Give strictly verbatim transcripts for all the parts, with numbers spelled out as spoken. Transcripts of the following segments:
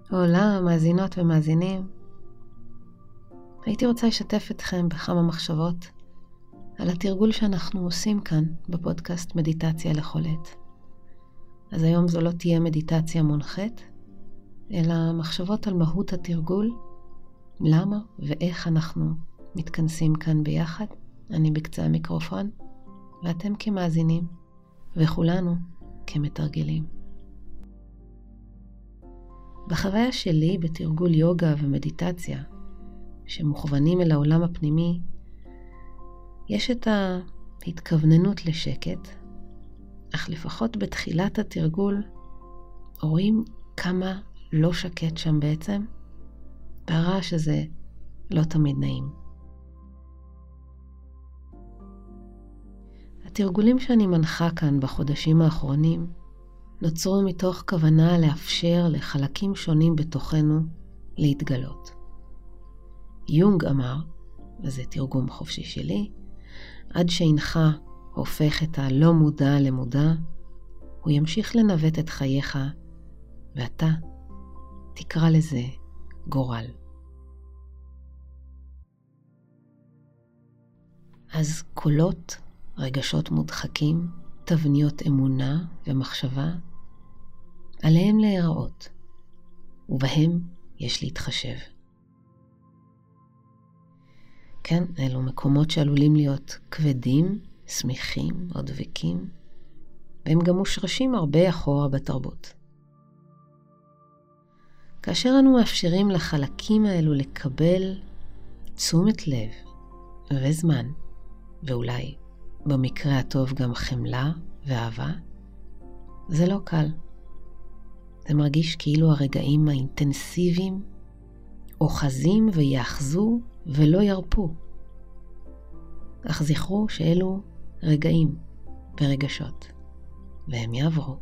עולה, מאזינות ומאזינים. הייתי רוצה לשתף אתכם בכמה מחשבות על התרגול שאנחנו עושים כאן בפודקאסט מדיטציה לכל עת. אז היום זו לא תהיה מדיטציה מונחית, אלא מחשבות על מהות התרגול, למה ואיך אנחנו מתכנסים כאן ביחד. אני בקצה המיקרופון, ואתם כמאזינים, וכולנו כמתרגלים. בחוויה שלי בתרגול יוגה ומדיטציה, שמוכוונים אל העולם הפנימי, יש את ההתכווננות לשקט, אך לפחות בתחילת התרגול רואים כמה לא שקט שם בעצם, והרעש הזה לא תמיד נעים. התרגולים שאני מנחה כאן בחודשים האחרונים נוצרו מתוך כוונה לאפשר לחלקים שונים בתוכנו להתגלות. יונג אמר, וזה תרגום חופשי שלי, עד שאינך הופך את הלא מודע למודע, הוא ימשיך לנווט את חייך, ואתה תקרא לזה גורל. אז קולות, רגשות מודחקים, תבניות אמונה ומחשבה, עליהם להיראות, ובהם יש להתחשב. כן, אלו מקומות שעלולים להיות כבדים, שמחים או דבקים, והם גם מושרשים הרבה אחורה בתרבות. כאשר אנו מאפשרים לחלקים האלו לקבל תשומת לב וזמן, ואולי במקרה הטוב גם חמלה ואהבה, זה לא קל. זה מרגיש כאילו הרגעים האינטנסיביים אוחזים ויאחזו ולא ירפו. אך זכרו שאלו רגעים ורגשות, והם יעברו.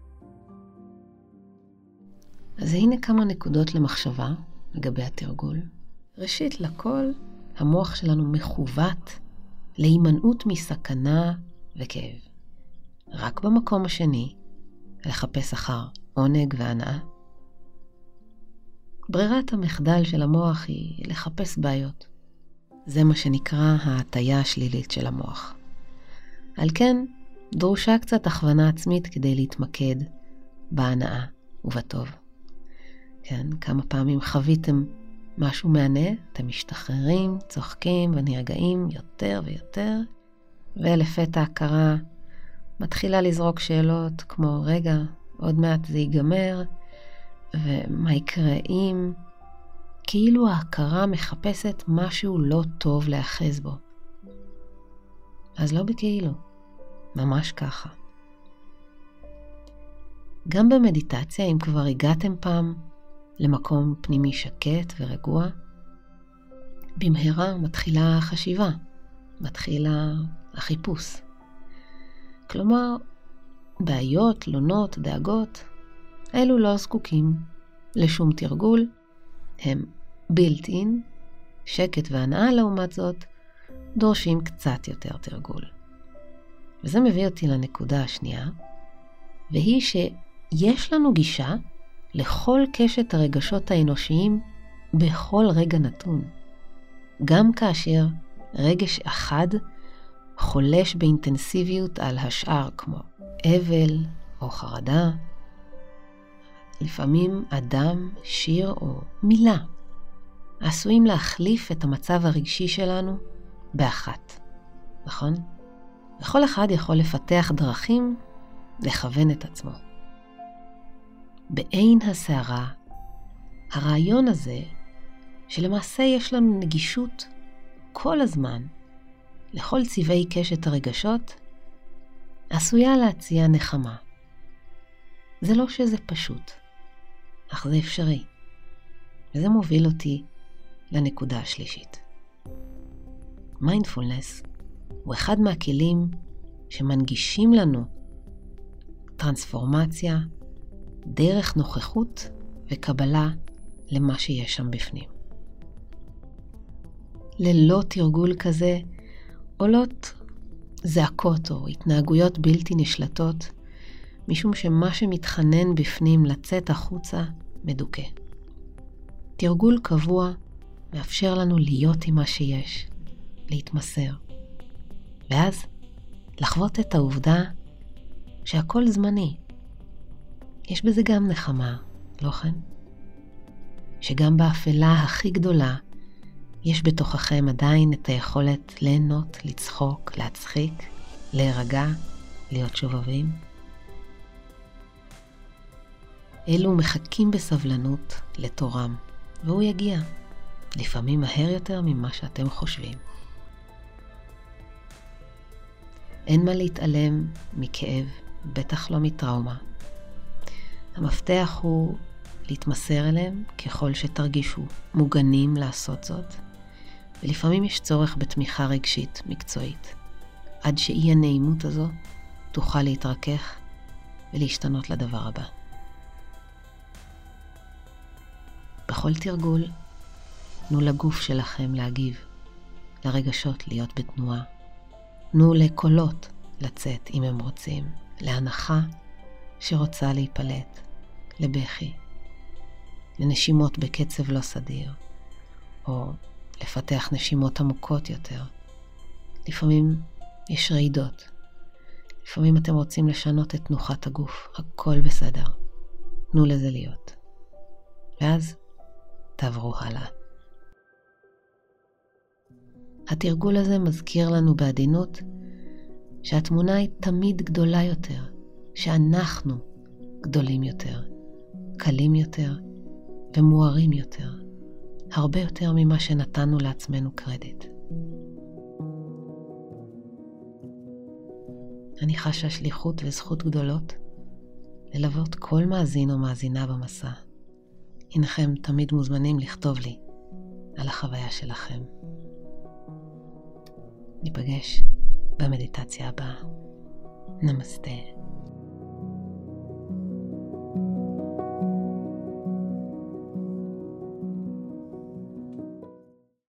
אז הנה כמה נקודות למחשבה לגבי התרגול. ראשית לכל, המוח שלנו מכוות להימנעות מסכנה וכאב. רק במקום השני, לחפש אחר עונג והנאה. ברירת המחדל של המוח היא לחפש בעיות. זה מה שנקרא ההטיה השלילית של המוח. על כן, דרושה קצת הכוונה עצמית כדי להתמקד בהנאה ובטוב. כן, כמה פעמים חוויתם משהו מענה, אתם משתחררים, צוחקים ונרגעים יותר ויותר, ולפתע הכרה מתחילה לזרוק שאלות כמו, רגע, עוד מעט זה ייגמר, ומה יקרה אם? כאילו ההכרה מחפשת משהו לא טוב להאחז בו. אז לא בכאילו, ממש ככה. גם במדיטציה, אם כבר הגעתם פעם למקום פנימי שקט ורגוע, במהרה מתחילה החשיבה, מתחילה החיפוש. כלומר, בעיות, תלונות, דאגות, אלו לא זקוקים לשום תרגול, הם built in, שקט והנאה לעומת זאת, דורשים קצת יותר תרגול. וזה מביא אותי לנקודה השנייה, והיא שיש לנו גישה לכל קשת הרגשות האנושיים בכל רגע נתון. גם כאשר רגש אחד חולש באינטנסיביות על השאר, כמו אבל או חרדה, לפעמים אדם, שיר או מילה עשויים להחליף את המצב הרגשי שלנו באחת. נכון? וכל אחד יכול לפתח דרכים לכוון את עצמו. בעין הסערה, הרעיון הזה שלמעשה יש לנו נגישות כל הזמן לכל צבעי קשת הרגשות, עשויה להציע נחמה. זה לא שזה פשוט, אך זה אפשרי. וזה מוביל אותי לנקודה השלישית. מיינדפולנס הוא אחד מהכלים שמנגישים לנו טרנספורמציה דרך נוכחות וקבלה למה שיש שם בפנים. ללא תרגול כזה עולות זעקות או התנהגויות בלתי נשלטות, משום שמה שמתחנן בפנים לצאת החוצה מדוכא. תרגול קבוע מאפשר לנו להיות עם מה שיש, להתמסר, ואז לחוות את העובדה שהכל זמני. יש בזה גם נחמה, לא כן? שגם באפלה הכי גדולה יש בתוככם עדיין את היכולת ליהנות, לצחוק, להצחיק, להירגע, להיות שובבים. אלו מחכים בסבלנות לתורם, והוא יגיע, לפעמים מהר יותר ממה שאתם חושבים. אין מה להתעלם מכאב, בטח לא מטראומה. המפתח הוא להתמסר אליהם ככל שתרגישו מוגנים לעשות זאת, ולפעמים יש צורך בתמיכה רגשית מקצועית, עד שאי הנעימות הזו תוכל להתרכך ולהשתנות לדבר הבא. בכל תרגול, תנו לגוף שלכם להגיב, לרגשות להיות בתנועה. תנו לקולות לצאת אם הם רוצים, להנחה שרוצה להיפלט, לבכי, לנשימות בקצב לא סדיר, או לפתח נשימות עמוקות יותר. לפעמים יש רעידות, לפעמים אתם רוצים לשנות את תנוחת הגוף, הכל בסדר. תנו לזה להיות. ואז תעברו הלאה. התרגול הזה מזכיר לנו בעדינות שהתמונה היא תמיד גדולה יותר, שאנחנו גדולים יותר, קלים יותר ומוארים יותר, הרבה יותר ממה שנתנו לעצמנו קרדיט. אני חשה שליחות וזכות גדולות ללוות כל מאזין או מאזינה במסע. הנכם תמיד מוזמנים לכתוב לי על החוויה שלכם. ניפגש במדיטציה הבאה. נמסטה.